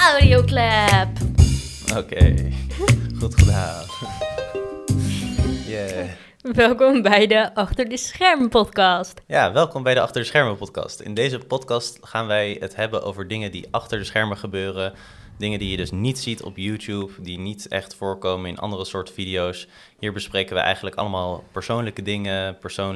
Audioclap. Oké, goed gedaan. Yeah. Welkom bij de Achter de Schermen podcast. Ja, welkom bij de Achter de Schermen podcast. In deze podcast gaan wij het hebben over dingen die achter de schermen gebeuren. Dingen die je dus niet ziet op YouTube, die niet echt voorkomen in andere soorten video's. Hier bespreken we eigenlijk allemaal persoonlijke dingen,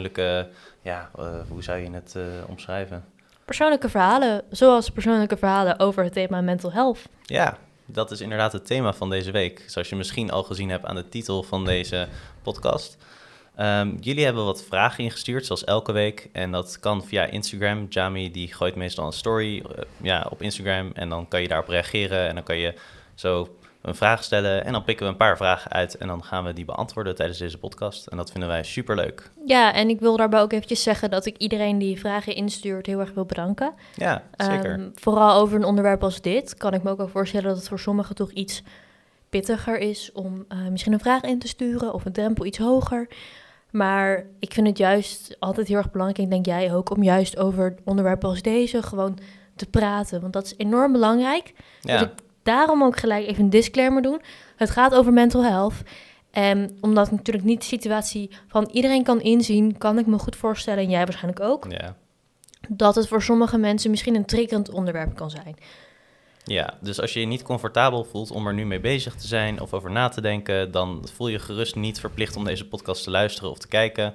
hoe zou je het omschrijven? Persoonlijke verhalen, zoals persoonlijke verhalen over het thema mental health. Ja, dat is inderdaad het thema van deze week. Zoals je misschien al gezien hebt aan de titel van deze podcast. Jullie hebben wat vragen ingestuurd, zoals elke week. En dat kan via Instagram. Jami die gooit meestal een story op Instagram. En dan kan je daarop reageren. En dan kan je zo een vraag stellen. En dan pikken we een paar vragen uit. En dan gaan we die beantwoorden tijdens deze podcast. En dat vinden wij superleuk. Ja, en ik wil daarbij ook eventjes zeggen dat ik iedereen die vragen instuurt heel erg wil bedanken. Ja, zeker. Vooral over een onderwerp als dit kan ik me ook wel voorstellen dat het voor sommigen toch iets pittiger is om misschien een vraag in te sturen of een drempel iets hoger. Maar ik vind het juist altijd heel erg belangrijk, en denk jij ook, om juist over onderwerpen als deze gewoon te praten. Want dat is enorm belangrijk. Ja. Dus ik daarom ook gelijk even een disclaimer doen. Het gaat over mental health. En omdat ik natuurlijk niet de situatie van iedereen kan inzien, kan ik me goed voorstellen, en jij waarschijnlijk ook, Ja. dat het voor sommige mensen misschien een triggerend onderwerp kan zijn. Ja, dus als je je niet comfortabel voelt om er nu mee bezig te zijn of over na te denken, dan voel je gerust niet verplicht om deze podcast te luisteren of te kijken.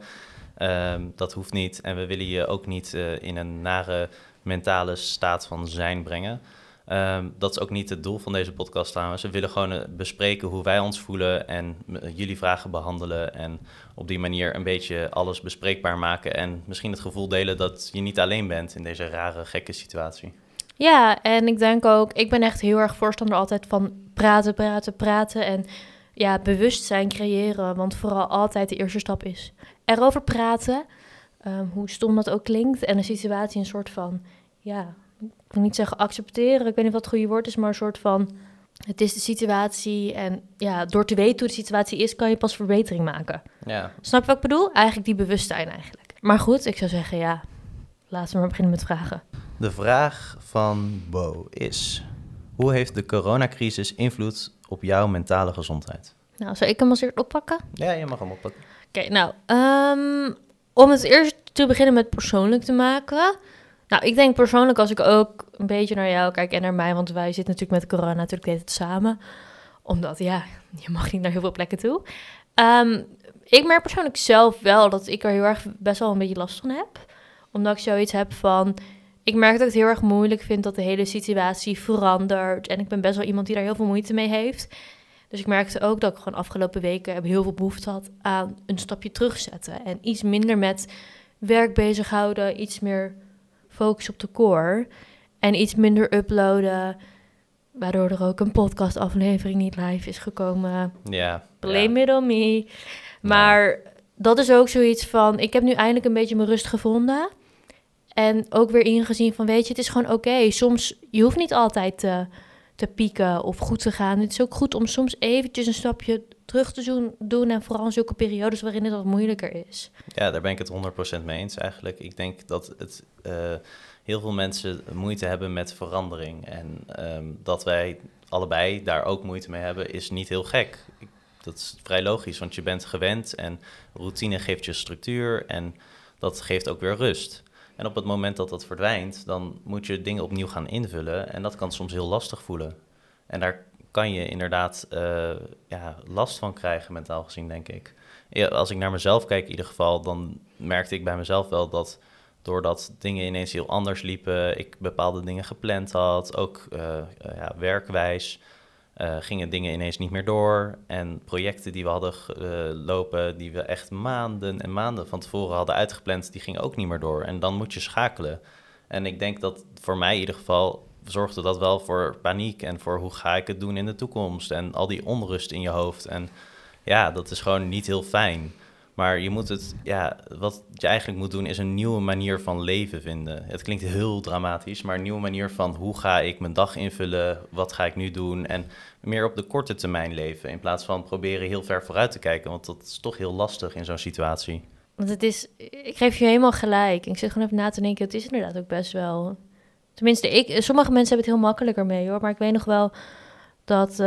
Dat hoeft niet en we willen je ook niet in een nare mentale staat van zijn brengen. Dat is ook niet het doel van deze podcast trouwens. We willen gewoon bespreken hoe wij ons voelen en jullie vragen behandelen en op die manier een beetje alles bespreekbaar maken en misschien het gevoel delen dat je niet alleen bent in deze rare, gekke situatie. Ja, en ik denk ook, ik ben echt heel erg voorstander altijd van praten en ja, bewustzijn creëren. Want vooral altijd de eerste stap is erover praten, hoe stom dat ook klinkt. En een situatie een soort van, ja, ik wil niet zeggen accepteren, ik weet niet wat het goede woord is, maar een soort van, het is de situatie. En ja, door te weten hoe de situatie is, kan je pas verbetering maken. Ja. Snap je wat ik bedoel? Eigenlijk die bewustzijn eigenlijk. Maar goed, ik zou zeggen, ja, laten we maar beginnen met vragen. De vraag van Bo is: hoe heeft de coronacrisis invloed op jouw mentale gezondheid? Nou, zal ik hem als eerst oppakken? Ja, je mag hem oppakken. Oké, nou, om het eerst te beginnen met persoonlijk te maken. Nou, ik denk persoonlijk, als ik ook een beetje naar jou kijk en naar mij, want wij zitten natuurlijk met corona natuurlijk de hele tijd samen. Omdat, ja, je mag niet naar heel veel plekken toe. Ik merk persoonlijk zelf wel dat ik er heel erg best wel een beetje last van heb. Omdat ik zoiets heb van, ik merk dat ik het heel erg moeilijk vind dat de hele situatie verandert. En ik ben best wel iemand die daar heel veel moeite mee heeft. Dus ik merkte ook dat ik gewoon afgelopen weken heb heel veel behoefte had aan een stapje terugzetten. En iets minder met werk bezighouden, iets meer focus op de core. En iets minder uploaden, waardoor er ook een podcastaflevering niet live is gekomen. Ja. Blame it on me. Maar dat is ook zoiets van, ik heb nu eindelijk een beetje mijn rust gevonden. En ook weer ingezien van, weet je, het is gewoon oké. Soms, je hoeft niet altijd te pieken of goed te gaan. Het is ook goed om soms eventjes een stapje terug te doen. En vooral in zulke periodes waarin het wat moeilijker is. Ja, daar ben ik het 100% mee eens eigenlijk. Ik denk dat het heel veel mensen moeite hebben met verandering. En dat wij allebei daar ook moeite mee hebben, is niet heel gek. Dat is vrij logisch, want je bent gewend en routine geeft je structuur en dat geeft ook weer rust. En op het moment dat dat verdwijnt, dan moet je dingen opnieuw gaan invullen en dat kan soms heel lastig voelen. En daar kan je inderdaad last van krijgen, mentaal gezien, denk ik. Ja, als ik naar mezelf kijk in ieder geval, dan merkte ik bij mezelf wel dat doordat dingen ineens heel anders liepen, ik bepaalde dingen gepland had, ook werkwijs, gingen dingen ineens niet meer door. En projecten die we hadden lopen, die we echt maanden en maanden van tevoren hadden uitgepland, die gingen ook niet meer door. En dan moet je schakelen. En ik denk dat voor mij in ieder geval zorgde dat wel voor paniek en voor hoe ga ik het doen in de toekomst en al die onrust in je hoofd. En ja, dat is gewoon niet heel fijn. Maar je moet wat je eigenlijk moet doen is een nieuwe manier van leven vinden. Het klinkt heel dramatisch, maar een nieuwe manier van hoe ga ik mijn dag invullen, wat ga ik nu doen en meer op de korte termijn leven in plaats van proberen heel ver vooruit te kijken, want dat is toch heel lastig in zo'n situatie. Want het is, ik geef je helemaal gelijk. Ik zit gewoon even na te denken, het is inderdaad ook best wel Tenminste, sommige mensen hebben het heel makkelijker mee, hoor. Maar ik weet nog wel dat...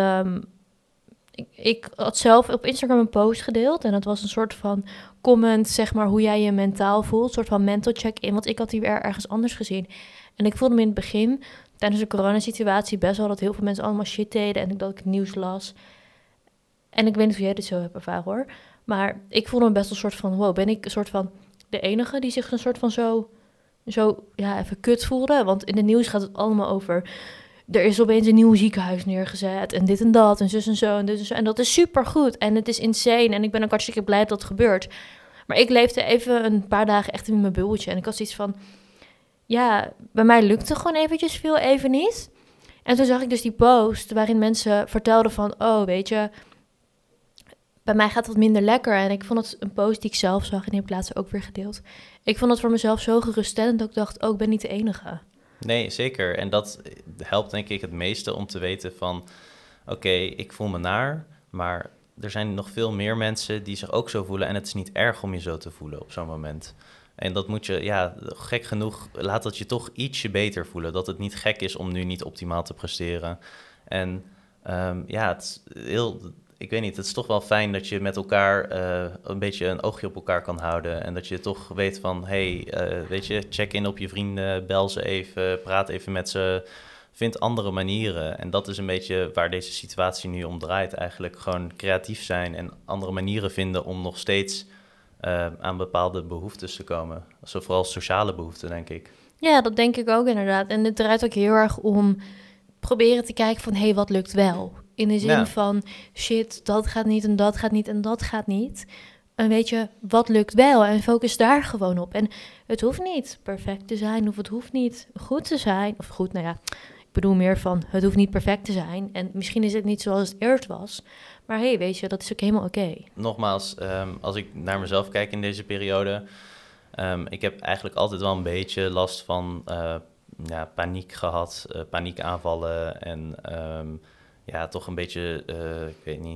Ik had zelf op Instagram een post gedeeld. En dat was een soort van comment, zeg maar, hoe jij je mentaal voelt. Een soort van mental check-in. Want ik had die weer ergens anders gezien. En ik voelde me in het begin, tijdens de coronasituatie, best wel dat heel veel mensen allemaal shit deden. En dat ik het nieuws las. En ik weet niet of jij dit zo hebt ervaren, hoor. Maar ik voelde me best wel een soort van... Wow, ben ik een soort van de enige die zich een soort van zo ja, even kut voelde? Want in het nieuws gaat het allemaal over... Er is opeens een nieuw ziekenhuis neergezet en dit en dat en zus en zo en dit en zo. En dat is supergoed en het is insane en ik ben ook hartstikke blij dat het gebeurt. Maar ik leefde even een paar dagen echt in mijn bubbeltje en ik had zoiets van... Ja, bij mij lukte gewoon eventjes veel even niet. En toen zag ik dus die post waarin mensen vertelden van... Oh, weet je, bij mij gaat het wat minder lekker. En ik vond het een post die ik zelf zag en die heb ik laatst ook weer gedeeld. Ik vond het voor mezelf zo geruststellend dat ik dacht... Oh, ik ben niet de enige. Nee, zeker. En dat helpt denk ik het meeste om te weten van... Oké, ik voel me naar, maar er zijn nog veel meer mensen die zich ook zo voelen... en het is niet erg om je zo te voelen op zo'n moment. En dat moet je, ja, gek genoeg, laat dat je toch ietsje beter voelen. Dat het niet gek is om nu niet optimaal te presteren. En ja, het is heel... Ik weet niet, het is toch wel fijn dat je met elkaar een beetje een oogje op elkaar kan houden. En dat je toch weet van, weet je, check in op je vrienden, bel ze even, praat even met ze. Vind andere manieren. En dat is een beetje waar deze situatie nu om draait eigenlijk. Gewoon creatief zijn en andere manieren vinden om nog steeds aan bepaalde behoeftes te komen. Vooral sociale behoeften, denk ik. Ja, dat denk ik ook inderdaad. En het draait ook heel erg om proberen te kijken van... Hé, wat lukt wel? In de zin van, shit, dat gaat niet en dat gaat niet en dat gaat niet. En weet je, wat lukt wel? En focus daar gewoon op. En het hoeft niet perfect te zijn of het hoeft niet goed te zijn. Of goed, nou ja, ik bedoel meer van, het hoeft niet perfect te zijn. En misschien is het niet zoals het eerst was. Maar hey, weet je, dat is ook helemaal oké. Nogmaals, als ik naar mezelf kijk in deze periode... ik heb eigenlijk altijd wel een beetje last van paniek gehad, paniekaanvallen en toch een beetje, ik weet niet,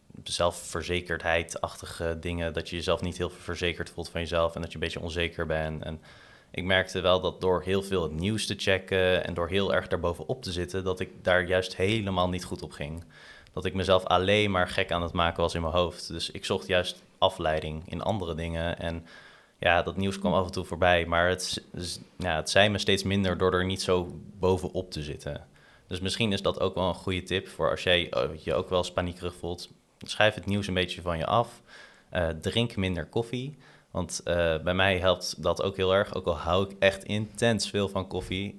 zelfverzekerdheid-achtige dingen, dat je jezelf niet heel verzekerd voelt van jezelf en dat je een beetje onzeker bent. En ik merkte wel dat door heel veel het nieuws te checken en door heel erg daarbovenop te zitten, dat ik daar juist helemaal niet goed op ging. Dat ik mezelf alleen maar gek aan het maken was in mijn hoofd. Dus ik zocht juist afleiding in andere dingen en... Ja, dat nieuws kwam af en toe voorbij, maar het zei me steeds minder door er niet zo bovenop te zitten. Dus misschien is dat ook wel een goede tip voor als jij je ook wel eens paniekerig voelt. Schrijf het nieuws een beetje van je af. Drink minder koffie, want bij mij helpt dat ook heel erg. Ook al hou ik echt intens veel van koffie.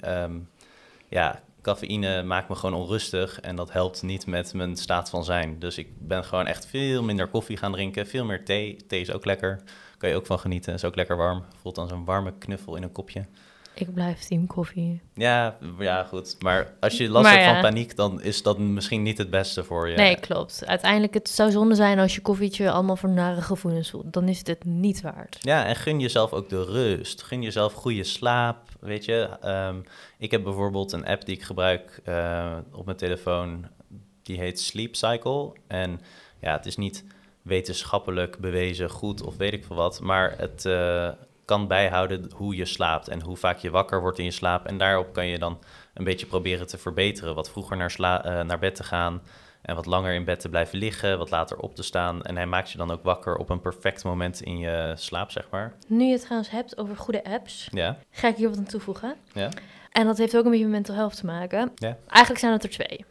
Cafeïne maakt me gewoon onrustig en dat helpt niet met mijn staat van zijn. Dus ik ben gewoon echt veel minder koffie gaan drinken, veel meer thee. Thee is ook lekker. Kan je ook van genieten. Is ook lekker warm. Voelt dan zo'n warme knuffel in een kopje. Ik blijf team koffie. Ja, goed. Maar als je last hebt van paniek, dan is dat misschien niet het beste voor je. Nee, klopt. Uiteindelijk, het zou zonde zijn als je koffietje allemaal voor nare gevoelens voelt. Dan is het het niet waard. Ja, en gun jezelf ook de rust. Gun jezelf goede slaap, weet je. Ik heb bijvoorbeeld een app die ik gebruik op mijn telefoon. Die heet Sleep Cycle. En ja, het is niet wetenschappelijk bewezen goed of weet ik veel wat. Maar het kan bijhouden hoe je slaapt en hoe vaak je wakker wordt in je slaap. En daarop kan je dan een beetje proberen te verbeteren. Wat vroeger naar bed te gaan en wat langer in bed te blijven liggen, wat later op te staan. En hij maakt je dan ook wakker op een perfect moment in je slaap, zeg maar. Nu je het trouwens hebt over goede apps, ga ik hier wat aan toevoegen. Ja. En dat heeft ook een beetje met mental health te maken. Ja. Eigenlijk zijn het er 2.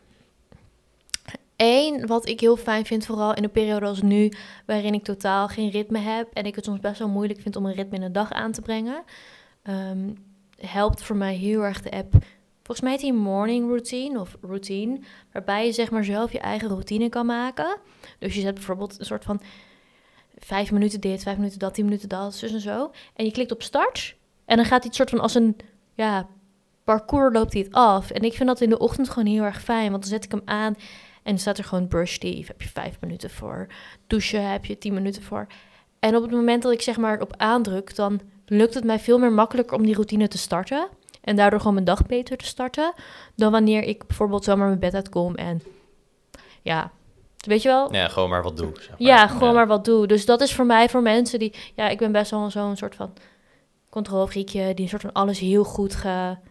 1, wat ik heel fijn vind, vooral in een periode als nu, waarin ik totaal geen ritme heb en ik het soms best wel moeilijk vind om een ritme in de dag aan te brengen, helpt voor mij heel erg de app. Volgens mij heet die morning routine of routine, waarbij je zeg maar zelf je eigen routine kan maken. Dus je zet bijvoorbeeld een soort van 5 minuten dit, 5 minuten dat, 10 minuten dat, zus en zo. En je klikt op start en dan gaat die soort van als een parcours loopt hij het af. En ik vind dat in de ochtend gewoon heel erg fijn, want dan zet ik hem aan en dan staat er gewoon brush teeth, heb je 5 minuten voor. Douchen heb je 10 minuten voor. En op het moment dat ik zeg maar op aandruk, dan lukt het mij veel meer makkelijker om die routine te starten. En daardoor gewoon mijn dag beter te starten. Dan wanneer ik bijvoorbeeld zomaar mijn bed uitkom en weet je wel? Ja, gewoon maar wat doe. Zeg maar. Ja, gewoon maar wat doe. Dus dat is voor mij, voor mensen die... Ja, ik ben best wel zo'n soort van controlefreakje die een soort van alles heel goed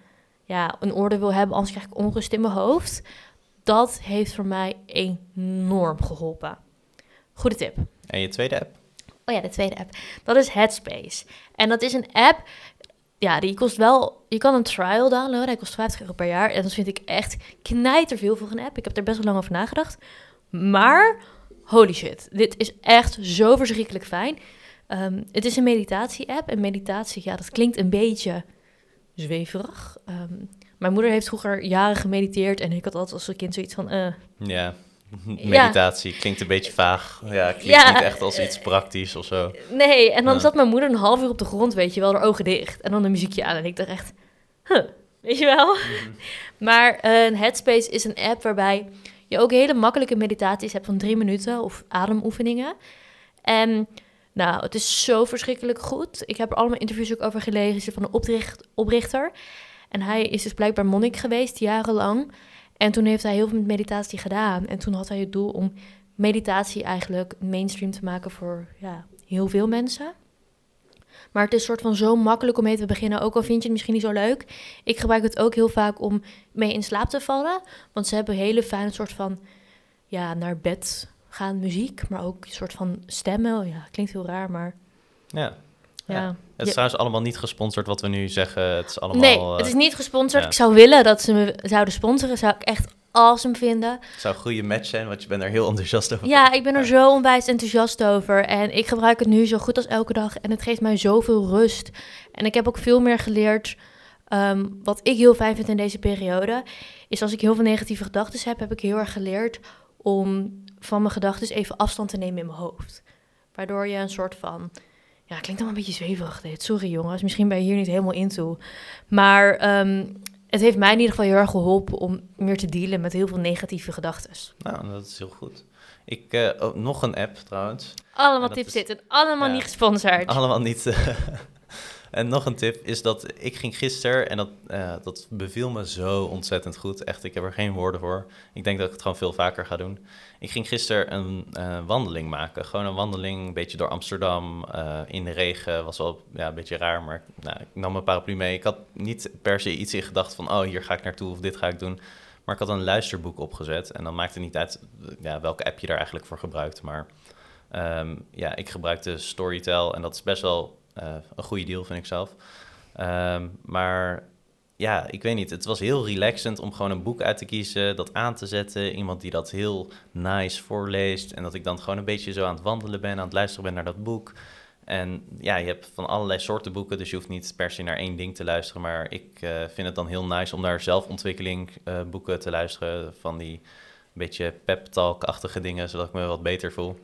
een orde wil hebben, anders krijg ik onrust in mijn hoofd. Dat heeft voor mij enorm geholpen. Goede tip. En je tweede app? Oh ja, de tweede app. Dat is Headspace. En dat is een app, die kost wel... Je kan een trial downloaden, hij kost €50 per jaar. En dat vind ik echt knijterveel voor een app. Ik heb er best wel lang over nagedacht. Maar, holy shit, dit is echt zo verschrikkelijk fijn. Het is een meditatie-app. En meditatie, dat klinkt een beetje zweverig. Mijn moeder heeft vroeger jaren gemediteerd. En ik had altijd als kind zoiets van... Ja, meditatie klinkt een beetje vaag. Ja, klinkt niet echt als iets praktisch of zo. Nee, en dan zat mijn moeder een half uur op de grond, weet je wel, haar ogen dicht. En dan een muziekje aan en ik dacht echt, weet je wel? Maar Headspace is een app waarbij je ook hele makkelijke meditaties hebt van 3 minuten of ademoefeningen. En het is zo verschrikkelijk goed. Ik heb er allemaal interviews ook over gelezen van de oprichter. En hij is dus blijkbaar monnik geweest, jarenlang. En toen heeft hij heel veel met meditatie gedaan. En toen had hij het doel om meditatie eigenlijk mainstream te maken voor heel veel mensen. Maar het is soort van zo makkelijk om mee te beginnen, ook al vind je het misschien niet zo leuk. Ik gebruik het ook heel vaak om mee in slaap te vallen. Want ze hebben hele fijne soort van naar bed gaan muziek, maar ook een soort van stemmen. Ja, klinkt heel raar, maar... Ja. Het is trouwens allemaal niet gesponsord wat we nu zeggen. Het is allemaal... Nee, het is niet gesponsord. Ik zou willen dat ze me zouden sponsoren. Zou ik echt awesome vinden. Het zou een goede match zijn, want je bent er heel enthousiast over. Ja, ik ben er zo onwijs enthousiast over. En ik gebruik het nu zo goed als elke dag. En het geeft mij zoveel rust. En ik heb ook veel meer geleerd. Wat ik heel fijn vind in deze periode, is als ik heel veel negatieve gedachten heb ik heel erg geleerd om van mijn gedachten even afstand te nemen in mijn hoofd. Waardoor je een soort van... Ja, het klinkt allemaal een beetje zweverig dit. Sorry jongens, misschien ben je hier niet helemaal into. Maar het heeft mij in ieder geval heel erg geholpen om meer te dealen met heel veel negatieve gedachten. Nou, dat is heel goed. Ik nog een app trouwens. Allemaal tips zitten, allemaal niet gesponsord. Allemaal niet. En nog een tip is dat ik ging gisteren, en dat beviel me zo ontzettend goed. Echt, ik heb er geen woorden voor. Ik denk dat ik het gewoon veel vaker ga doen. Ik ging gisteren een wandeling maken. Gewoon een wandeling, een beetje door Amsterdam, in de regen. Was wel een beetje raar, maar ik nam mijn paraplu mee. Ik had niet per se iets in gedacht van, hier ga ik naartoe of dit ga ik doen. Maar ik had een luisterboek opgezet. En dan maakte het niet uit welke app je daar eigenlijk voor gebruikt. Maar ik gebruikte Storytel en dat is best wel... een goede deal, vind ik zelf. Maar ik weet niet. Het was heel relaxend om gewoon een boek uit te kiezen, dat aan te zetten. Iemand die dat heel nice voorleest. En dat ik dan gewoon een beetje zo aan het wandelen ben, aan het luisteren ben naar dat boek. En je hebt van allerlei soorten boeken, dus je hoeft niet per se naar één ding te luisteren. Maar ik vind het dan heel nice om naar zelfontwikkeling boeken te luisteren. Van die beetje pep talk-achtige dingen, zodat ik me wat beter voel.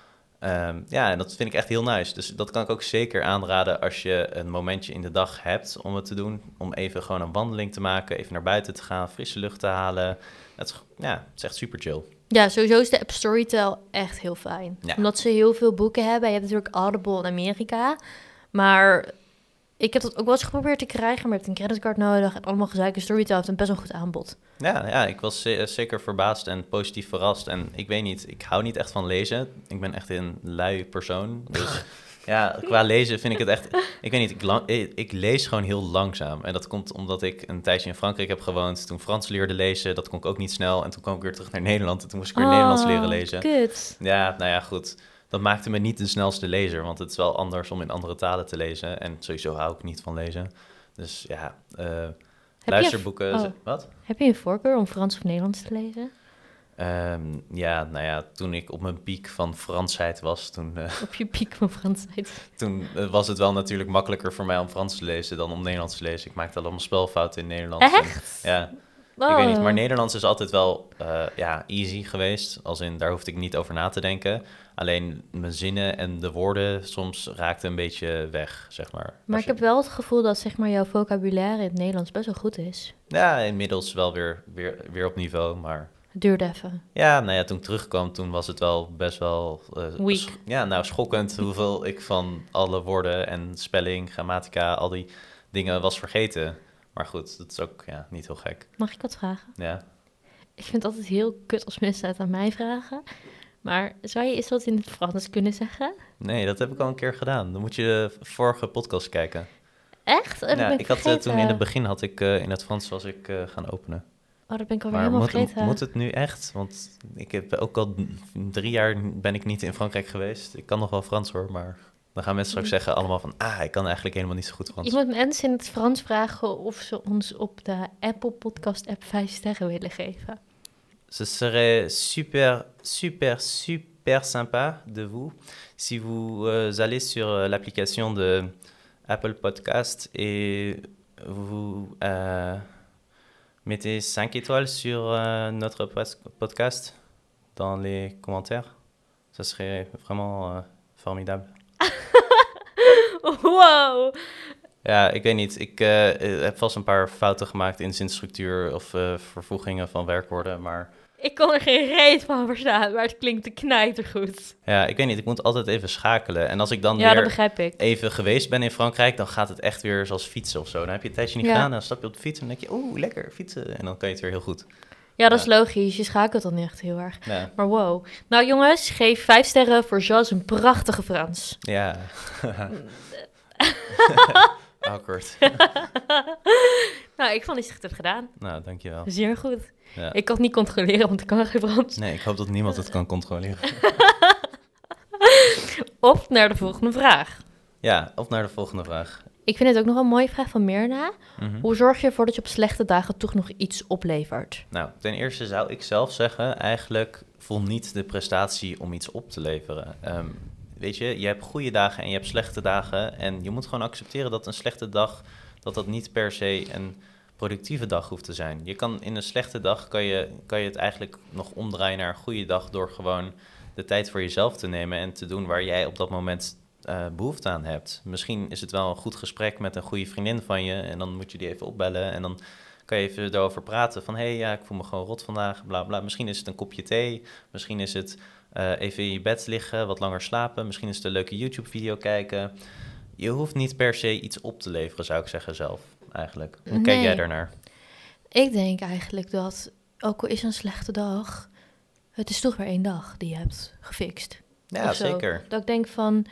En dat vind ik echt heel nice. Dus dat kan ik ook zeker aanraden als je een momentje in de dag hebt om het te doen. Om even gewoon een wandeling te maken, even naar buiten te gaan, frisse lucht te halen. Het is echt super chill. Ja, sowieso is de app Storytel echt heel fijn. Ja. Omdat ze heel veel boeken hebben. Je hebt natuurlijk Audible in Amerika. Maar ik heb dat ook wel eens geprobeerd te krijgen, maar je hebt een creditcard nodig en allemaal gezeik. Storytel heeft een best wel goed aanbod. Ja, ik was zeker verbaasd en positief verrast. En ik weet niet, ik hou niet echt van lezen. Ik ben echt een lui persoon. Dus qua lezen vind ik het echt... Ik weet niet, ik lees gewoon heel langzaam. En dat komt omdat ik een tijdje in Frankrijk heb gewoond. Toen Frans leerde lezen, dat kon ik ook niet snel. En toen kwam ik weer terug naar Nederland en toen moest ik weer Nederlands leren lezen. Kut. Ja, goed. Dat maakte me niet de snelste lezer, want het is wel anders om in andere talen te lezen. En sowieso hou ik niet van lezen. Dus luisterboeken... Wat? Heb je een voorkeur om Frans of Nederlands te lezen? Toen ik op mijn piek van Fransheid was... Op je piek van Fransheid. Toen was het wel natuurlijk makkelijker voor mij om Frans te lezen dan om Nederlands te lezen. Ik maakte allemaal spelfouten in Nederlands. Echt? Ik weet niet, maar Nederlands is altijd wel easy geweest. Als in, daar hoefde ik niet over na te denken. Alleen mijn zinnen en de woorden soms raakten een beetje weg, zeg maar. Maar ik heb wel het gevoel dat zeg maar jouw vocabulaire in het Nederlands best wel goed is. Ja, inmiddels wel weer op niveau, maar... Het duurde even. Ja, toen ik terugkwam, toen was het wel best wel... weak. Schokkend hoeveel ik van alle woorden en spelling, grammatica, al die dingen was vergeten. Maar goed, dat is ook niet heel gek. Mag ik wat vragen? Ja. Ik vind het altijd heel kut als mensen het aan mij vragen. Maar zou je eens wat in het Frans kunnen zeggen? Nee, dat heb ik al een keer gedaan. Dan moet je de vorige podcast kijken. Echt? Oh, dat ben Ik had vergeten. toen in het begin in het Frans was ik gaan openen. Oh, dat ben ik alweer Maar helemaal vergeten. moet het nu echt? Want ik heb ook al 3 jaar ben ik niet in Frankrijk geweest. Ik kan nog wel Frans hoor, maar dan gaan mensen straks zeggen allemaal van... ik kan eigenlijk helemaal niet zo goed Frans. Je moet mensen in het Frans vragen of ze ons op de Apple Podcast app 5 sterren willen geven. Ce serait super, super, super sympa de vous si vous allez sur l'application de Apple Podcast et vous mettez 5 étoiles sur notre podcast dans les commentaires. Ça serait vraiment formidable. Wow. Ja, ik weet niet. Ik heb vast een paar fouten gemaakt in zinsstructuur of vervoegingen van werkwoorden, maar... Ik kon er geen reet van verstaan, maar het klinkt te knijtergoed. Ja, ik weet niet. Ik moet altijd even schakelen. En als ik dan Ja, dat weer begrijp ik. even geweest ben in Frankrijk, dan gaat het echt weer zoals fietsen of zo. Dan heb je een tijdje niet Ja. gedaan en dan stap je op de fiets en dan denk je, oeh, lekker, fietsen. En dan kan je het weer heel goed. Ja, dat is logisch. Je schakelt dan niet echt heel erg. Ja. Maar wow. Nou jongens, geef 5 sterren voor Jas een prachtige Frans. Ja. Awkward. Nou, ik vond dat je het hebt gedaan. Nou, dankjewel. Zeer goed. Ja. Ik kan het niet controleren, want ik kan geen Frans. Nee, ik hoop dat niemand het kan controleren. Op naar de volgende vraag. Ja, op naar de volgende vraag. Ik vind het ook nog een mooie vraag van Mirna. Mhm. Hoe zorg je ervoor dat je op slechte dagen toch nog iets oplevert? Nou, ten eerste zou ik zelf zeggen, eigenlijk voel niet de prestatie om iets op te leveren. Weet je hebt goede dagen en je hebt slechte dagen. En je moet gewoon accepteren dat een slechte dag, dat niet per se een productieve dag hoeft te zijn. Je kan in een slechte dag, kan je het eigenlijk nog omdraaien naar een goede dag door gewoon de tijd voor jezelf te nemen en te doen waar jij op dat moment behoefte aan hebt. Misschien is het wel een goed gesprek met een goede vriendin van je en dan moet je die even opbellen en dan kan je even erover praten van ik voel me gewoon rot vandaag, bla bla. Misschien is het een kopje thee, misschien is het even in je bed liggen, wat langer slapen, misschien is het een leuke YouTube-video kijken. Je hoeft niet per se iets op te leveren, zou ik zeggen zelf, eigenlijk. Hoe kijk jij daarnaar? Ik denk eigenlijk dat, ook al is een slechte dag, het is toch weer 1 dag die je hebt gefixt. Ja, zeker. Dat ik denk van,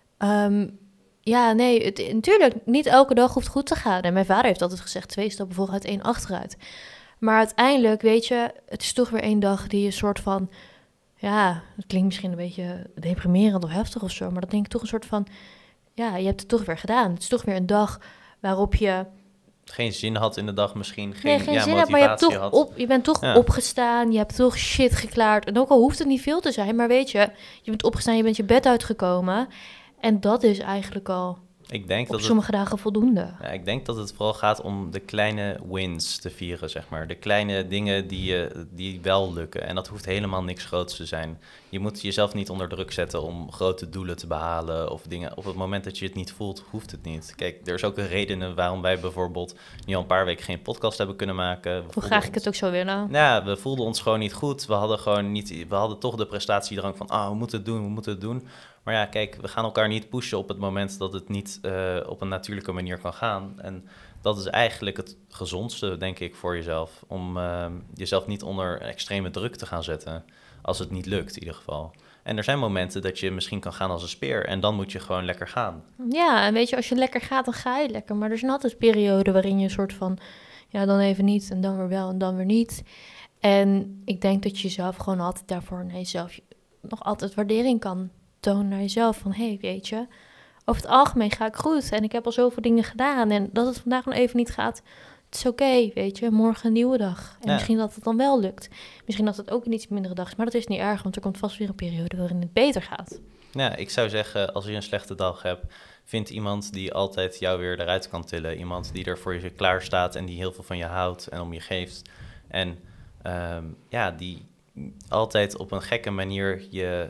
natuurlijk, niet elke dag hoeft goed te gaan. En mijn vader heeft altijd gezegd, 2 stappen vooruit, 1 achteruit. Maar uiteindelijk, weet je, het is toch weer 1 dag die je soort van, het klinkt misschien een beetje deprimerend of heftig of zo, maar dat denk ik toch een soort van, je hebt het toch weer gedaan. Het is toch weer een dag waarop je geen zin had in de dag misschien, geen zin motivatie hebt, maar je bent toch opgestaan, je hebt toch shit geklaard. En ook al hoeft het niet veel te zijn, maar weet je, je bent opgestaan, je bent je bed uitgekomen. En dat is eigenlijk al op sommige dagen voldoende. Ja, ik denk dat het vooral gaat om de kleine wins te vieren, zeg maar. De kleine dingen die wel lukken. En dat hoeft helemaal niks groots te zijn. Je moet jezelf niet onder druk zetten om grote doelen te behalen of dingen. Op het moment dat je het niet voelt, hoeft het niet. Kijk, er is ook een reden waarom wij bijvoorbeeld nu al een paar weken geen podcast hebben kunnen maken. Hoe graag ik het ook zou willen. Ja, we voelden ons gewoon niet goed. We hadden toch de prestatiedrang van, we moeten het doen. Maar ja, kijk, we gaan elkaar niet pushen op het moment dat het niet op een natuurlijke manier kan gaan. En dat is eigenlijk het gezondste, denk ik, voor jezelf. Om jezelf niet onder extreme druk te gaan zetten. Als het niet lukt, in ieder geval. En er zijn momenten dat je misschien kan gaan als een speer. En dan moet je gewoon lekker gaan. Ja, en weet je, als je lekker gaat, dan ga je lekker. Maar er zijn altijd perioden waarin je een soort van, dan even niet en dan weer wel en dan weer niet. En ik denk dat je jezelf gewoon altijd daarvoor naar jezelf nog altijd waardering kan tonen naar jezelf. Van, weet je, over het algemeen ga ik goed. En ik heb al zoveel dingen gedaan. En dat het vandaag nog even niet gaat, het is oké, weet je. Morgen een nieuwe dag. En misschien dat het dan wel lukt. Misschien dat het ook een iets mindere dag is. Maar dat is niet erg, want er komt vast weer een periode waarin het beter gaat. Ja, ik zou zeggen, als je een slechte dag hebt, vind iemand die altijd jou weer eruit kan tillen. Iemand die er voor je klaar staat en die heel veel van je houdt en om je geeft. En die altijd op een gekke manier je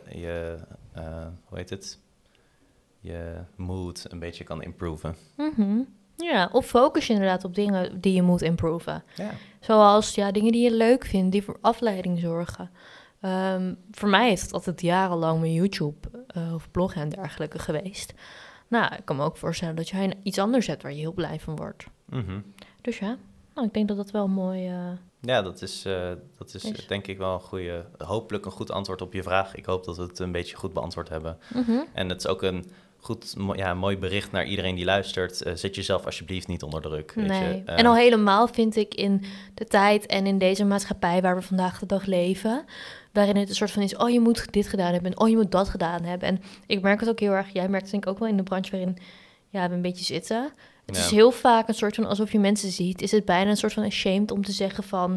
mood een beetje kan improven. Mm-hmm. Ja, of focus je inderdaad op dingen die je moet improven. Ja. Zoals dingen die je leuk vindt, die voor afleiding zorgen. Voor mij is het altijd jarenlang mijn YouTube of blog en dergelijke geweest. Nou, ik kan me ook voorstellen dat je iets anders hebt waar je heel blij van wordt. Mm-hmm. Dus ik denk dat dat wel mooi Ja, dat is denk ik wel hopelijk een goed antwoord op je vraag. Ik hoop dat we het een beetje goed beantwoord hebben. Mm-hmm. En het is ook een een mooi bericht naar iedereen die luistert. Zet jezelf alsjeblieft niet onder druk. Weet Nee. je? En al helemaal vind ik in de tijd en in deze maatschappij waar we vandaag de dag leven, waarin het een soort van is, oh, je moet dit gedaan hebben en oh, je moet dat gedaan hebben. En ik merk het ook heel erg, jij merkt het denk ik ook wel in de branche waarin we een beetje zitten. Het is heel vaak een soort van, alsof je mensen ziet, is het bijna een soort van ashamed om te zeggen van,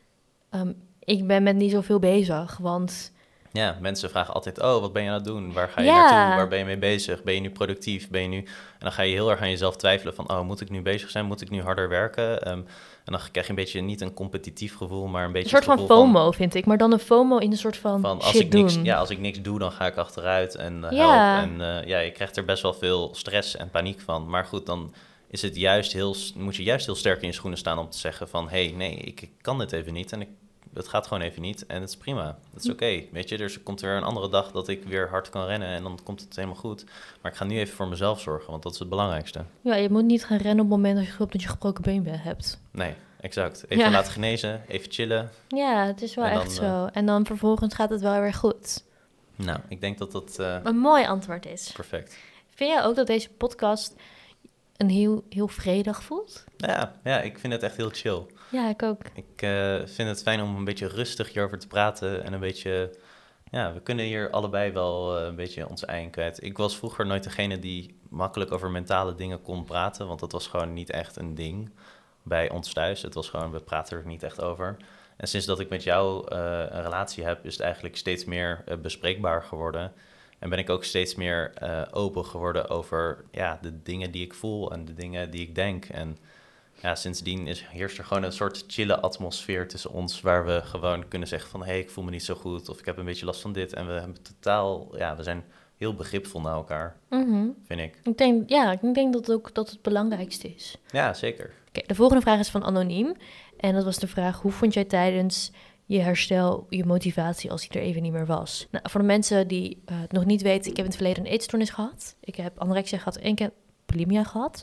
ik ben met niet zoveel bezig, want... Ja, mensen vragen altijd, oh, wat ben je aan het doen? Waar ga je naartoe? Waar ben je mee bezig? Ben je nu productief? En dan ga je heel erg aan jezelf twijfelen van, oh, moet ik nu bezig zijn? Moet ik nu harder werken? En dan krijg je een beetje niet een competitief gevoel, maar een beetje een soort van FOMO, vind ik. Maar dan een FOMO in een soort van shit doen. Als ik niks doe, dan ga ik achteruit en help. En je krijgt er best wel veel stress en paniek van. Maar goed, dan is het moet je juist heel sterk in je schoenen staan om te zeggen van, hey, nee, ik kan dit even niet en het gaat gewoon even niet en het is prima. Dat is oké, weet je. Dus er komt weer een andere dag dat ik weer hard kan rennen en dan komt het helemaal goed. Maar ik ga nu even voor mezelf zorgen, want dat is het belangrijkste. Ja, je moet niet gaan rennen op het moment dat je gelooft dat je gebroken been hebt. Nee, exact. Even laten genezen, even chillen. Ja, het is wel echt zo. En dan vervolgens gaat het wel weer goed. Nou, ik denk dat dat... een mooi antwoord is. Perfect. Vind jij ook dat deze podcast een heel vredig voelt? Ja, ik vind het echt heel chill. Ja, ik ook. Ik vind het fijn om een beetje rustig hierover te praten en een beetje... Ja, we kunnen hier allebei wel een beetje ons eigen kwijt. Ik was vroeger nooit degene die makkelijk over mentale dingen kon praten, want dat was gewoon niet echt een ding bij ons thuis. Het was gewoon, we praten er niet echt over. En sinds dat ik met jou een relatie heb, is het eigenlijk steeds meer bespreekbaar geworden. En ben ik ook steeds meer open geworden over de dingen die ik voel en de dingen die ik denk. En ja, sindsdien heerst er gewoon een soort chille atmosfeer tussen ons, waar we gewoon kunnen zeggen van, hey, ik voel me niet zo goed, of ik heb een beetje last van dit. En we hebben we zijn heel begripvol naar elkaar, vind ik. Ik denk dat ook dat het belangrijkste is. Ja, zeker. Oké, de volgende vraag is van Anoniem. En dat was de vraag, hoe vond jij tijdens je herstel je motivatie als die er even niet meer was? Nou, voor de mensen die het nog niet weten, ik heb in het verleden een eetstoornis gehad. Ik heb anorexia gehad en ik heb bulimia gehad.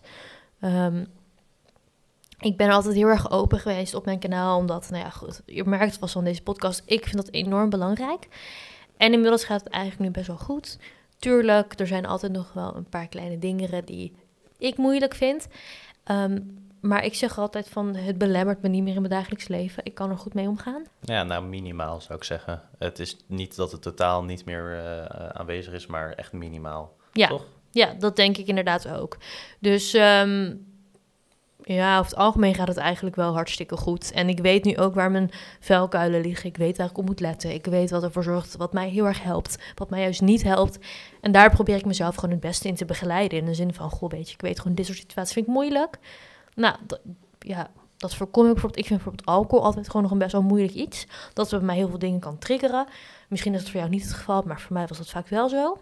Ik ben altijd heel erg open geweest op mijn kanaal, omdat, goed, je merkt het vast van deze podcast, ik vind dat enorm belangrijk. En inmiddels gaat het eigenlijk nu best wel goed. Tuurlijk, er zijn altijd nog wel een paar kleine dingen die ik moeilijk vind. Maar ik zeg altijd van, het belemmert me niet meer in mijn dagelijks leven. Ik kan er goed mee omgaan. Ja, nou, minimaal zou ik zeggen. Het is niet dat het totaal niet meer aanwezig is, maar echt minimaal. Ja, toch? Ja, dat denk ik inderdaad ook. Dus over het algemeen gaat het eigenlijk wel hartstikke goed. En ik weet nu ook waar mijn vuilkuilen liggen. Ik weet waar ik op moet letten. Ik weet wat ervoor zorgt, wat mij heel erg helpt. Wat mij juist niet helpt. En daar probeer ik mezelf gewoon het beste in te begeleiden. In de zin van, ik weet gewoon, dit soort situaties vind ik moeilijk. Nou, dat voorkom ik bijvoorbeeld. Ik vind bijvoorbeeld alcohol altijd gewoon nog een best wel moeilijk iets. Dat bij mij heel veel dingen kan triggeren. Misschien is het voor jou niet het geval, maar voor mij was dat vaak wel zo.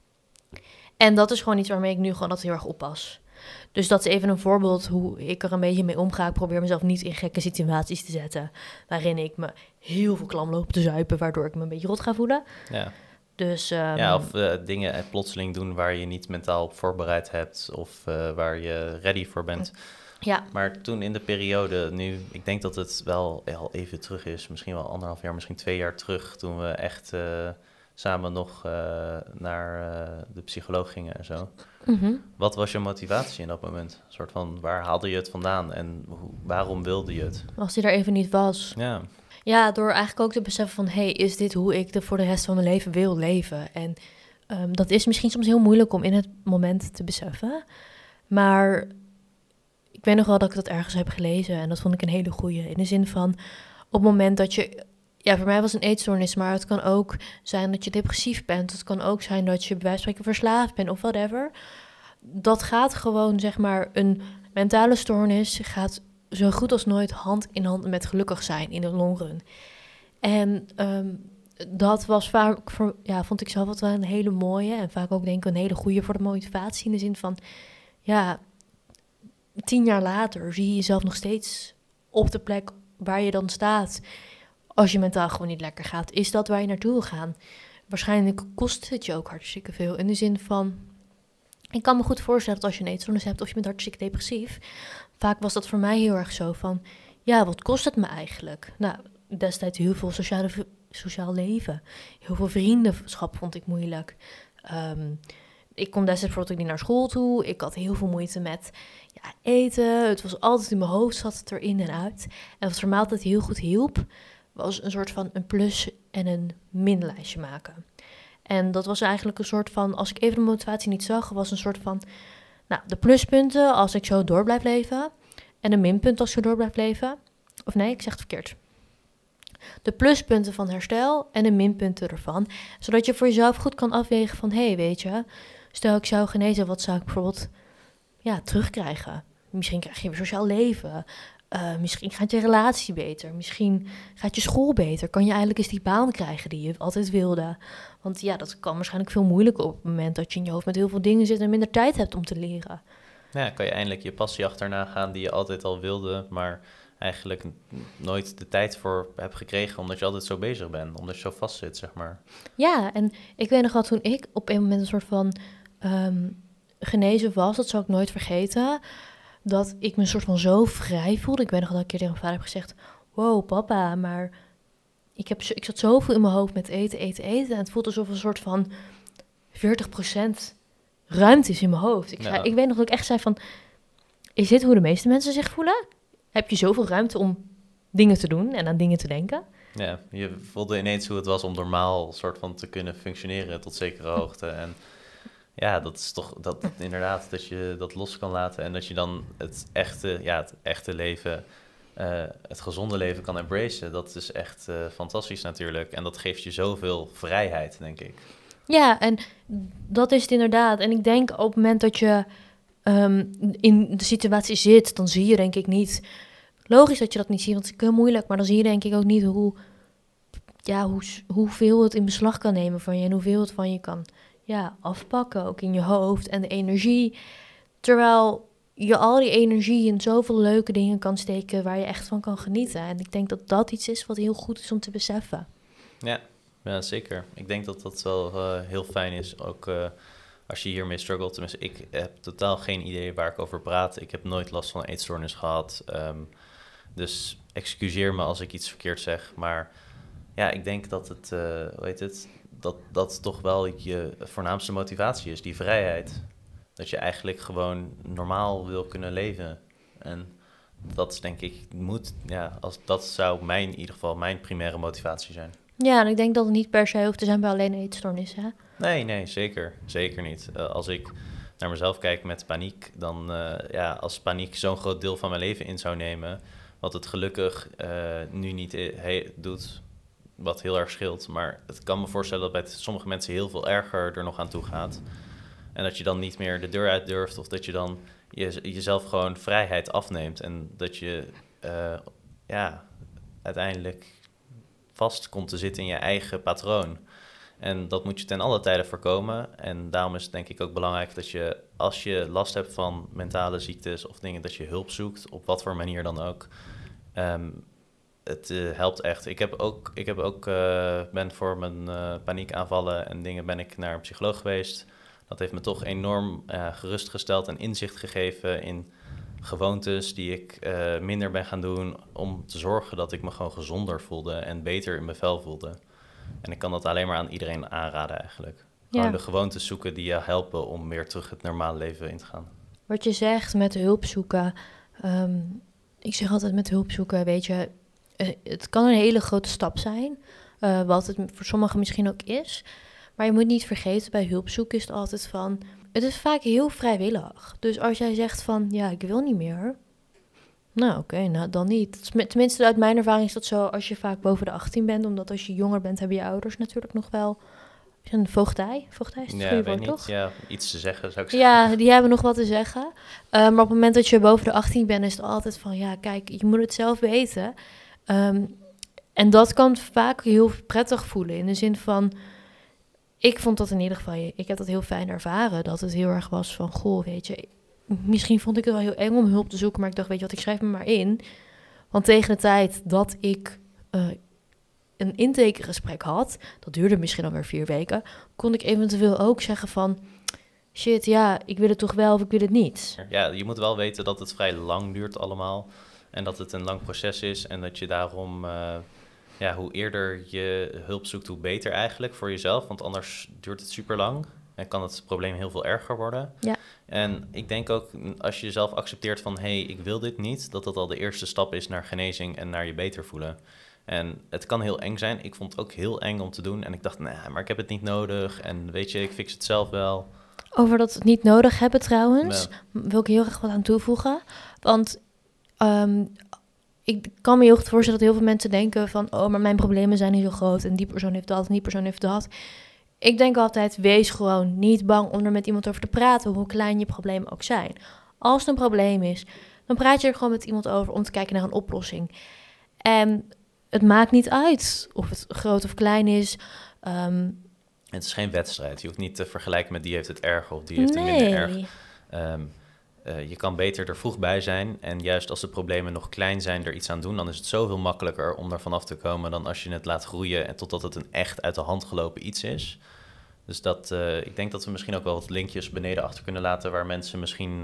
En dat is gewoon iets waarmee ik nu gewoon altijd heel erg oppas. Dus dat is even een voorbeeld hoe ik er een beetje mee omga. Ik probeer mezelf niet in gekke situaties te zetten, waarin ik me heel veel klam loop te zuipen, waardoor ik me een beetje rot ga voelen. Ja. Dus, of dingen plotseling doen waar je niet mentaal op voorbereid hebt of waar je ready voor bent. Ja. Maar toen in de periode nu, ik denk dat het wel al even terug is, misschien wel 1,5 jaar, misschien 2 jaar terug, toen we echt samen nog naar de psycholoog gingen en zo. Mm-hmm. Wat was je motivatie in dat moment? Een soort van, waar haalde je het vandaan en waarom wilde je het? Als die er even niet was. Ja. Ja, door eigenlijk ook te beseffen van, is dit hoe ik voor de rest van mijn leven wil leven? En dat is misschien soms heel moeilijk om in het moment te beseffen. Maar ik weet nog wel dat ik dat ergens heb gelezen en dat vond ik een hele goeie. In de zin van, op het moment dat je... Ja, voor mij was het een eetstoornis, maar het kan ook zijn dat je depressief bent. Het kan ook zijn dat je bij wijze van spreken verslaafd bent of whatever. Dat gaat gewoon, een mentale stoornis gaat zo goed als nooit hand in hand met gelukkig zijn in de longrun. En dat was vaak, vond ik zelf wat wel een hele mooie en vaak ook denk ik een hele goede voor de motivatie. In de zin van, 10 jaar later zie je jezelf nog steeds op de plek waar je dan staat. Als je mentaal gewoon niet lekker gaat, is dat waar je naartoe wil gaan? Waarschijnlijk kost het je ook hartstikke veel. In de zin van, ik kan me goed voorstellen dat als je een eetstoornis hebt of je bent hartstikke depressief. Vaak was dat voor mij heel erg zo van, wat kost het me eigenlijk? Nou, destijds heel veel sociaal leven. Heel veel vriendschap vond ik moeilijk. ik kon destijds bijvoorbeeld ook niet naar school toe. Ik had heel veel moeite met eten. Het was altijd in mijn hoofd, zat het erin en uit. En wat voor mij altijd heel goed hielp, was een soort van een plus- en een minlijstje maken. En dat was eigenlijk een soort van, als ik even de motivatie niet zag, was een soort van, de pluspunten als ik zo door blijf leven. En de minpunten als ik zo door blijf leven. Of nee, ik zeg het verkeerd. De pluspunten van herstel en de minpunten ervan. Zodat je voor jezelf goed kan afwegen van, weet je, stel ik zou genezen, wat zou ik bijvoorbeeld terugkrijgen? Misschien krijg je weer sociaal leven. Misschien gaat je relatie beter. Misschien gaat je school beter. Kan je eigenlijk eens die baan krijgen die je altijd wilde. Want dat kan waarschijnlijk veel moeilijker op het moment dat je in je hoofd met heel veel dingen zit en minder tijd hebt om te leren. Ja, kan je eindelijk je passie achterna gaan die je altijd al wilde, maar eigenlijk nooit de tijd voor hebt gekregen, omdat je altijd zo bezig bent, omdat je zo vast zit, zeg maar. Ja, en ik weet nog wel, toen ik op een moment een soort van genezen was, dat zal ik nooit vergeten, dat ik me een soort van zo vrij voelde. Ik weet nog dat ik een keer tegen mijn vader heb gezegd, wow papa, maar ik zat zoveel in mijn hoofd met eten. En het voelt alsof een soort van 40% ruimte is in mijn hoofd. Ik weet nog dat ik echt zei van, is dit hoe de meeste mensen zich voelen? Heb je zoveel ruimte om dingen te doen en aan dingen te denken? Ja, je voelde ineens hoe het was om normaal soort van te kunnen functioneren tot zekere hoogte. En ja, dat is toch dat inderdaad, dat je dat los kan laten en dat je dan het echte leven, het gezonde leven kan embracen. Dat is echt fantastisch natuurlijk. En dat geeft je zoveel vrijheid, denk ik. Ja, en dat is het inderdaad. En ik denk op het moment dat je in de situatie zit, dan zie je denk ik niet. Logisch dat je dat niet ziet, want het is heel moeilijk. Maar dan zie je denk ik ook niet hoeveel het in beslag kan nemen van je en hoeveel het van je kan afpakken, ook in je hoofd en de energie. Terwijl je al die energie in zoveel leuke dingen kan steken waar je echt van kan genieten. En ik denk dat dat iets is wat heel goed is om te beseffen. Ja, zeker. Ik denk dat dat wel heel fijn is, ook als je hiermee struggelt. Tenminste, ik heb totaal geen idee waar ik over praat. Ik heb nooit last van eetstoornis gehad. Dus excuseer me als ik iets verkeerd zeg. Maar ja, ik denk dat het, dat toch wel je voornaamste motivatie is, die vrijheid. Dat je eigenlijk gewoon normaal wil kunnen leven. En dat is denk ik, dat zou in ieder geval mijn primaire motivatie zijn. Ja, en ik denk dat het niet per se hoeft te zijn bij alleen eetstoornissen. Nee, zeker. Zeker niet. Als ik naar mezelf kijk met paniek, dan als paniek zo'n groot deel van mijn leven in zou nemen, wat het gelukkig nu niet doet, wat heel erg scheelt. Maar het kan me voorstellen dat bij sommige mensen heel veel erger er nog aan toe gaat. En dat je dan niet meer de deur uit durft, of dat je dan jezelf gewoon vrijheid afneemt. En dat je uiteindelijk vast komt te zitten in je eigen patroon. En dat moet je ten alle tijde voorkomen. En daarom is het denk ik ook belangrijk dat je, als je last hebt van mentale ziektes of dingen, dat je hulp zoekt, op wat voor manier dan ook. Het helpt echt. Ben voor mijn paniekaanvallen en dingen ben ik naar een psycholoog geweest. Dat heeft me toch enorm gerustgesteld en inzicht gegeven in gewoontes die ik minder ben gaan doen, om te zorgen dat ik me gewoon gezonder voelde en beter in mijn vel voelde. En ik kan dat alleen maar aan iedereen aanraden eigenlijk. Gewoon de gewoontes zoeken die je helpen om weer terug het normale leven in te gaan. Wat je zegt met hulp zoeken. Ik zeg altijd met hulp zoeken, weet je, het kan een hele grote stap zijn. Wat het voor sommigen misschien ook is. Maar je moet niet vergeten, bij hulp zoeken is het altijd van, het is vaak heel vrijwillig. Dus als jij zegt van, ik wil niet meer. Nou, oké, dan niet. Tenminste, uit mijn ervaring is dat zo als je vaak boven de 18 bent. Omdat als je jonger bent, hebben je ouders natuurlijk nog wel een voogdij. Voogdij is het goede woord, toch? Ja, iets te zeggen, zou ik zeggen. Ja, die hebben nog wat te zeggen. Maar op het moment dat je boven de 18 bent, is het altijd van, kijk, je moet het zelf weten. En dat kan vaak heel prettig voelen. In de zin van, ik vond dat in ieder geval, ik heb dat heel fijn ervaren. Dat het heel erg was van, goh, weet je, misschien vond ik het wel heel eng om hulp te zoeken, maar ik dacht, weet je wat, ik schrijf me maar in. Want tegen de tijd dat ik een intakegesprek had, dat duurde misschien alweer 4 weken, kon ik eventueel ook zeggen van, shit, ik wil het toch wel of ik wil het niet. Ja, je moet wel weten dat het vrij lang duurt allemaal en dat het een lang proces is en dat je daarom, hoe eerder je hulp zoekt, hoe beter eigenlijk voor jezelf, want anders duurt het super lang. en kan het probleem heel veel erger worden. Ja. En ik denk ook, als je jezelf accepteert van, hey, ik wil dit niet, dat al de eerste stap is naar genezing en naar je beter voelen. En het kan heel eng zijn. Ik vond het ook heel eng om te doen. En ik dacht, nee, maar ik heb het niet nodig. En weet je, ik fix het zelf wel. Over dat we het niet nodig hebben trouwens, wil ik heel erg wat aan toevoegen. Want ik kan me heel goed voorstellen dat heel veel mensen denken van, oh, maar mijn problemen zijn niet zo groot. En die persoon heeft dat en die persoon heeft dat. Ik denk altijd, wees gewoon niet bang om er met iemand over te praten, hoe klein je problemen ook zijn. Als het een probleem is, dan praat je er gewoon met iemand over om te kijken naar een oplossing. En het maakt niet uit of het groot of klein is. Het is geen wedstrijd. Je hoeft niet te vergelijken met die heeft het erger of die heeft het minder erg. Je kan beter er vroeg bij zijn. En juist als de problemen nog klein zijn, er iets aan doen, dan is het zoveel makkelijker om er vanaf te komen dan als je het laat groeien en totdat het een echt uit de hand gelopen iets is. Dus ik denk dat we misschien ook wel wat linkjes beneden achter kunnen laten waar mensen misschien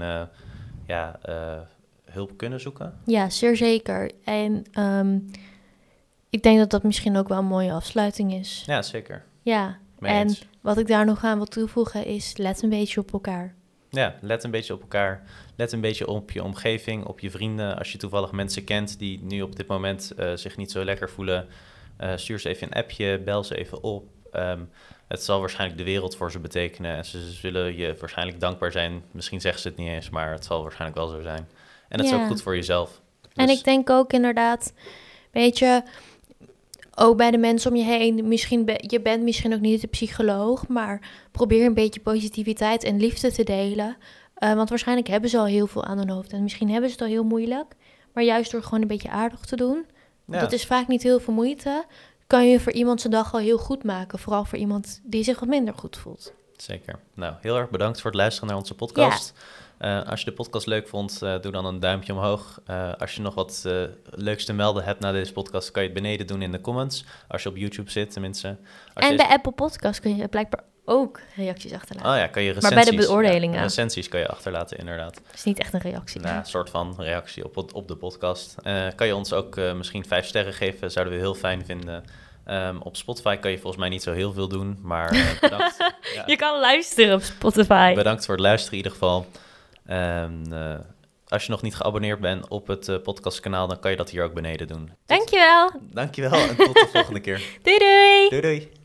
hulp kunnen zoeken. Ja, zeer zeker. En ik denk dat dat misschien ook wel een mooie afsluiting is. Ja, zeker. Ja, en wat ik daar nog aan wil toevoegen is, let een beetje op elkaar. Ja, let een beetje op elkaar. Let een beetje op je omgeving, op je vrienden. Als je toevallig mensen kent die nu op dit moment zich niet zo lekker voelen, stuur ze even een appje, bel ze even op. Het zal waarschijnlijk de wereld voor ze betekenen. En ze zullen je waarschijnlijk dankbaar zijn. Misschien zeggen ze het niet eens, maar het zal waarschijnlijk wel zo zijn. En het is ook goed voor jezelf. Dus... En ik denk ook inderdaad, weet je, ook bij de mensen om je heen, je bent misschien ook niet de psycholoog, maar probeer een beetje positiviteit en liefde te delen. Want waarschijnlijk hebben ze al heel veel aan hun hoofd en misschien hebben ze het al heel moeilijk. Maar juist door gewoon een beetje aardig te doen, dat is vaak niet heel veel moeite, kan je voor iemand zijn dag al heel goed maken. Vooral voor iemand die zich wat minder goed voelt. Zeker. Nou, heel erg bedankt voor het luisteren naar onze podcast. Ja. Als je de podcast leuk vond, doe dan een duimpje omhoog. Als je nog wat leuks te melden hebt na deze podcast, kan je het beneden doen in de comments. Als je op YouTube zit, tenminste. Bij Apple Podcast kun je blijkbaar ook reacties achterlaten. Oh ja, kan je recensies... Maar bij de beoordelingen. Ja, recensies kan je achterlaten, inderdaad. Dat is niet echt een reactie. Nou, een soort van reactie op de podcast. Kan je ons ook misschien 5 sterren geven, zouden we heel fijn vinden. Op Spotify kan je volgens mij niet zo heel veel doen, maar bedankt. Ja. Je kan luisteren op Spotify. Bedankt voor het luisteren in ieder geval. Als je nog niet geabonneerd bent op het podcastkanaal, dan kan je dat hier ook beneden doen. Dankjewel. Dankjewel en tot de volgende keer. Doei doei. Doei doei.